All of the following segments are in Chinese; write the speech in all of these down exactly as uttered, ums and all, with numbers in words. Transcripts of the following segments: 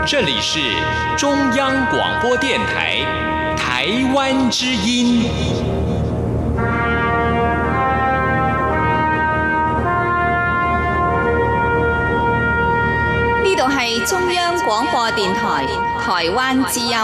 这里是中央广播电台台湾之音。 呢度係中央廣播電台台灣之音。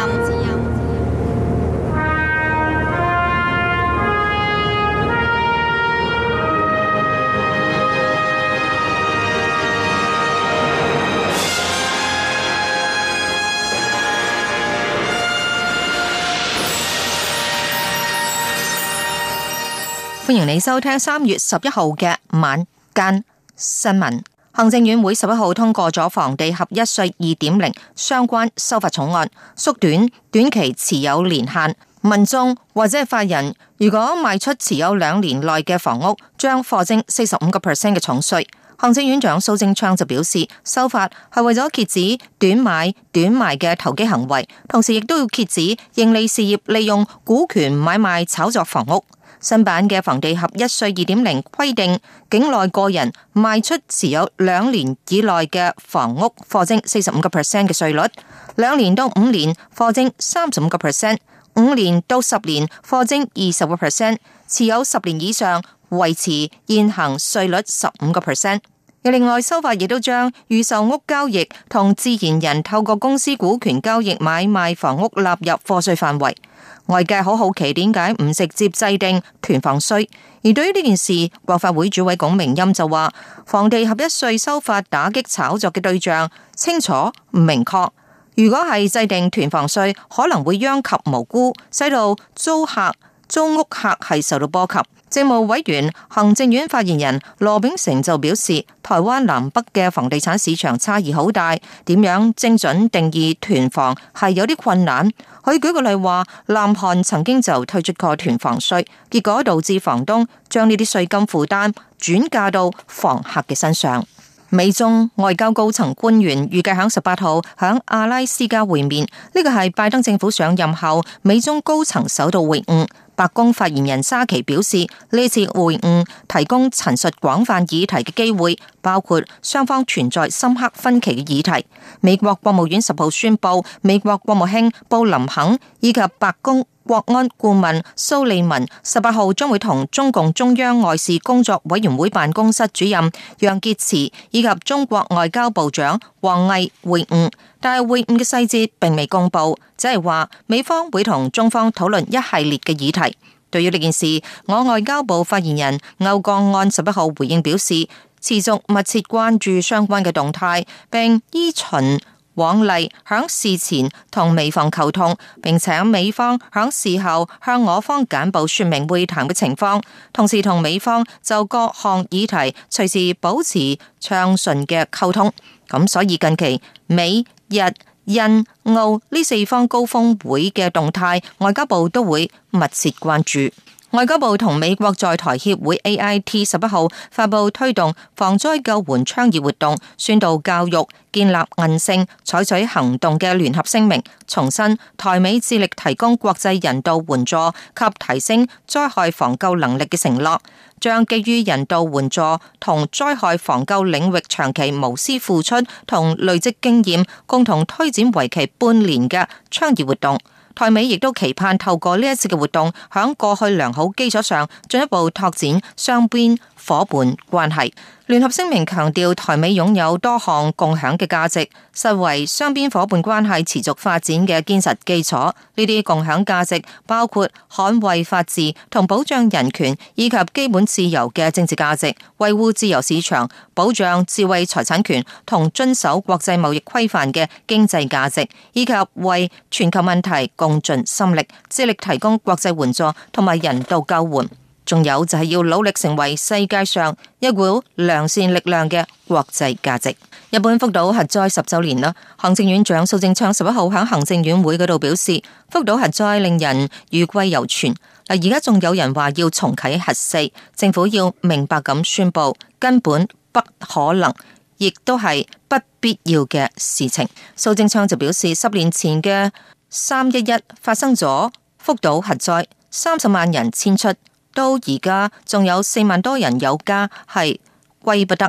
歡迎你收聽三月十一號嘅晚間新聞。行政院會十一號通過咗房地合一稅二點零相關修法草案，縮短短期持有年限。民眾或者係法人，如果賣出持有兩年內嘅房屋，將課徵四十五個 percent 嘅重稅。行政院長蘇貞昌就表示，修法係為咗遏止短買短賣嘅投機行為，同時亦都要遏止營利事業利用股權買賣炒作房屋。新版嘅房地合一稅二點零規定，境內個人賣出持有兩年以內嘅房屋，課徵四十五個 percent 嘅稅率；兩年到五年課徵三十五個 percent；五年到十年課徵二十個 percent；持有十年以上維持現行稅率十五個 percent。另外，修法亦都將預售屋交易同自然人透過公司股權交易買賣房屋納入課稅範圍。外界好好奇點解唔直接制定囤房稅，而對於呢件事，國發會主委龔明鑫就話，房地合一稅修法打擊炒作嘅對象清楚唔明確，如果係制定囤房稅，可能會殃及無辜，使到租客、租屋客係受到波及。政務委員、行政院發言人羅秉成就表示，台灣南北嘅房地產市場差異好大，點樣精準定義囤房係有啲困難。佢舉個例話，南韓曾經就推出過囤房稅，結果導致房東將呢啲稅金負擔轉嫁到房客嘅身上。美中外交高層官員預計喺十八號喺阿拉斯加會面，呢個係拜登政府上任後美中高層首度會晤。白宮發言人沙奇表示，呢次會晤提供陳述廣泛議題嘅機會，包括雙方存在深刻分歧嘅議題。美國國務院十號宣布，美國國務卿布林肯以及白宮國安顧問蘇利文十八號將會同中共中央外事工作委員會辦公室主任楊潔篪以及中國外交部長王毅會晤，但係會晤嘅細節並未公布，只係話美方會同中方討論一系列嘅議題。對於呢件事，我外交部發言人歐江安十一號回應表示，持續密切關注相關嘅動態，並依循往例響事前同美方溝通，並請美方響事後向我方簡報說明會談嘅情況，同時同美方就各項議題隨時保持暢順嘅溝通。咁所以近期美日印澳呢四方高峰會嘅動態，外交部都會密切關注。外交部同美國在台協會 A I T 十一號發布推動防災救援倡議活動，宣導教育、建立韌性、採取行動嘅聯合聲明，重申台美致力提供國際人道援助及提升災害防救能力嘅承諾，將基於人道援助同災害防救領域長期無私付出同累積經驗，共同推展為期半年嘅倡議活動。台美亦都期盼透過呢一次嘅活動，響過去良好基礎上進一步拓展雙邊夥伴關係。聯合聲明強調，台美擁有多項共享嘅價值，實為雙邊夥伴關係持續發展嘅堅實基礎。呢啲共享價值包括捍衛法治同保障人權以及基本自由嘅政治價值，維護自由市場、保障智慧財產權同遵守國際貿易規範嘅經濟價值，以及為全球問題共盡心力，致力提供國際援助同埋人道救援。仲有就係要努力成為世界上一股良善力量嘅國際價值。日本福島核災十周年啦，行政院長蘇貞昌十一號喺行政院會嗰度表示，福島核災令人餘悸猶存。嗱，而家仲有人話要重啟核四，政府要明白咁宣布，根本不可能，亦都係不必要嘅事情。蘇貞昌就表示，十年前嘅三一一發生咗福島核災，三十萬人遷出。到而家仲有四萬多人有家係歸不得，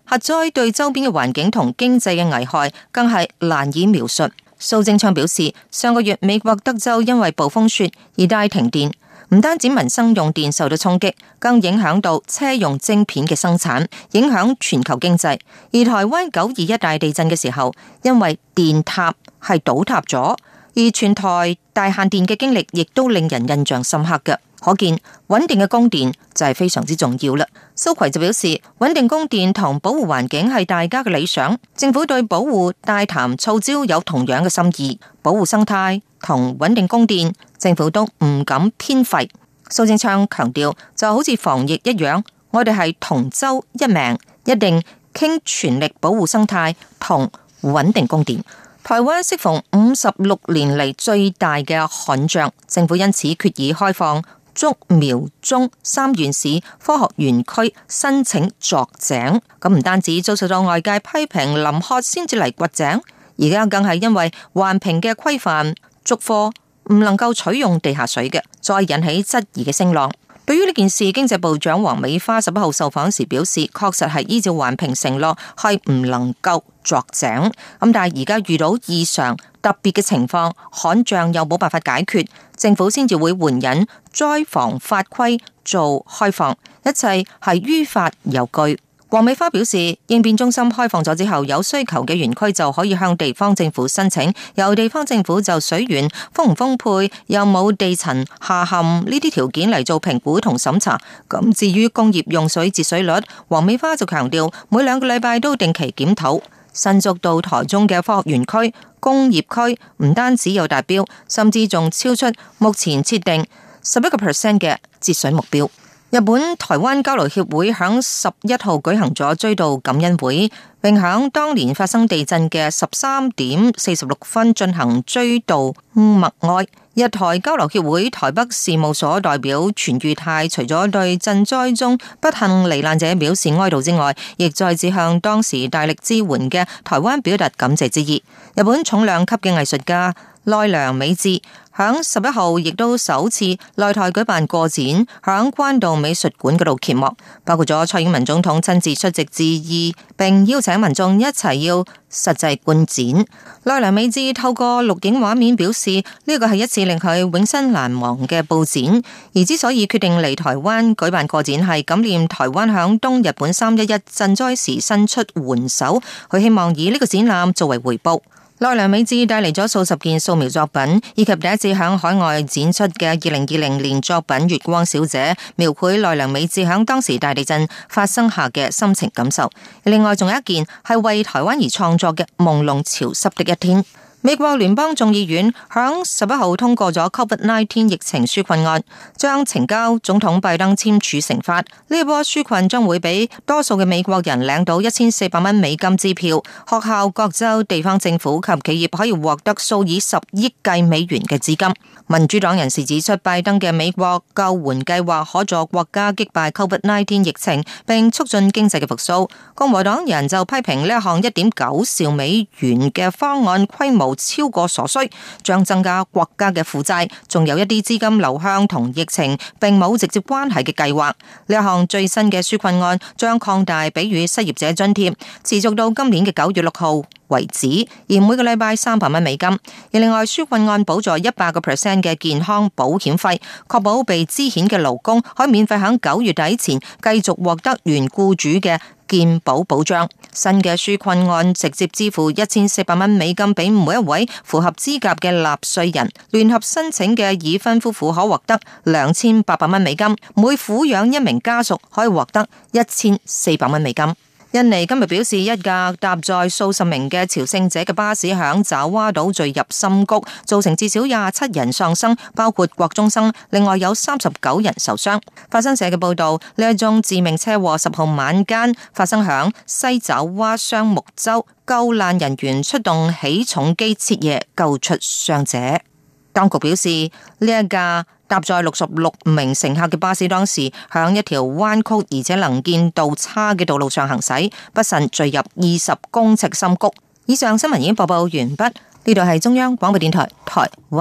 核災對周邊嘅環境同經濟嘅危害更係難以描述。蘇貞昌表示，上個月美國德州因為暴風雪而大停電，唔單止民生用電受到衝擊，更影響到車用晶片嘅生產，影響全球經濟。而台灣九二一大地震嘅時候，因為電塔係倒塌咗，而全台大限電嘅經歷亦都令人印象深刻嘅。可見穩定嘅供電就係非常之重要啦。蘇揆就表示，穩定供電同保護環境係大家嘅理想，政府對保護大潭藻礁有同樣嘅心意，保護生態同穩定供電，政府都唔敢偏廢。蘇貞昌強調，就好似防疫一樣，我哋係同舟一命，一定傾全力保護生態同穩定供電。台灣適逢五十六年嚟最大嘅旱象，政府因此決議開放竹苗中三縣市科學園區申請鑿井。咁唔單止遭受到外界批評臨渴先至嚟掘井，而家更係因為環評嘅規範，竹科唔能夠取用地下水嘅，再引起質疑嘅聲浪。對於呢件事，經濟部長黃美花十一號受訪時表示，確實係依照環評承諾，係唔能夠鑿井。咁但係而家遇到異常特別嘅情況，旱象又冇辦法解決，政府先至會援引災防法規做開放，一切係於法有據。黃美花表示，應變中心開放咗之後，有需求嘅園區就可以向地方政府申請，由地方政府就水源豐唔豐沛、有冇地層下陷呢啲條件嚟做評估同審查。咁至於工業用水節水率，黃美花就強調，每兩個禮拜都定期檢討。新竹到台中嘅科學園區、工業區唔單止有達標，甚至仲超出目前設定十一個 percent 嘅節水目標。日本台灣交流協會響十一號舉行咗追悼感恩會，並響當年發生地震嘅十三點四十六分進行追悼默哀。日台交流協會台北事務所代表全裕泰除咗對震災中不幸罹難者表示哀悼之外，亦再次向當時大力支援嘅台灣表達感謝之意。日本重量級嘅藝術家奈良美智響十一號亦都首次來台舉辦個展，響關渡美術館嗰度揭幕，包括咗蔡英文總統親自出席致意，並邀請民眾一齊要實際觀展。奈良美智透過錄影畫面表示，呢個係一次令佢永生難忘嘅布展，而之所以決定嚟台灣舉辦個展，係感念台灣響東日本三一一震災時伸出援手，佢希望以呢個展覽作為回報。奈良美智帶嚟咗數十件素描作品，以及第一次響海外展出嘅二零二零年作品《月光小姐》，描繪奈良美智響當時大地震發生下嘅心情感受。另外仲有一件係為台灣而創作嘅《朦朧潮濕的一天》。美國聯邦眾議院響十一號通過咗 COVID 十九 疫情紓困案，將呈交總統拜登簽署成法。呢一波紓困將會俾多數嘅美國人領到一千四百蚊美金支票，學校、各州、地方政府及企業可以獲得數以十億計美元嘅資金。民主黨人士指出，拜登嘅美國救援計劃可助國家擊敗 COVID 十九 疫情，並促進經濟嘅復甦。共和黨人就批評呢一項一點九兆美元嘅方案規模超過所需，將增加國家嘅負債，仲有一啲資金流向同疫情並冇直接關係嘅計劃。呢一項最新嘅紓困案將擴大給予失業者津貼，持續到今年嘅九月六號為止，而每個禮拜三百蚊美金。而另外紓困案補助一百個 percent 嘅健康保險費，確保被資遣嘅勞工可以免費喺九月底前繼續獲得原雇主嘅健保保障。新嘅紓困案直接支付一千四百蚊美金俾每一位符合資格嘅納稅人。聯合申請嘅已婚夫婦可獲得兩千八百蚊美金，每撫養一名家屬可以獲得一千四百蚊美金。印尼今日表示，一架搭載數十名嘅朝聖者嘅巴士響爪哇島墜入深谷，造成至少廿七人喪生，包括國中生，另外有三十九人受傷。法新社嘅報道，呢一宗致命車禍十號晚間發生響西爪哇雙木洲，救難人員出動起重機徹夜救出傷者。當局表示，呢一架搭載六十六名乘客嘅巴士當時響一條彎曲而且能見度差嘅道路上行駛，不慎墜入二十公尺深谷。以上新聞已經播報完畢，呢度係中央廣播電台台灣。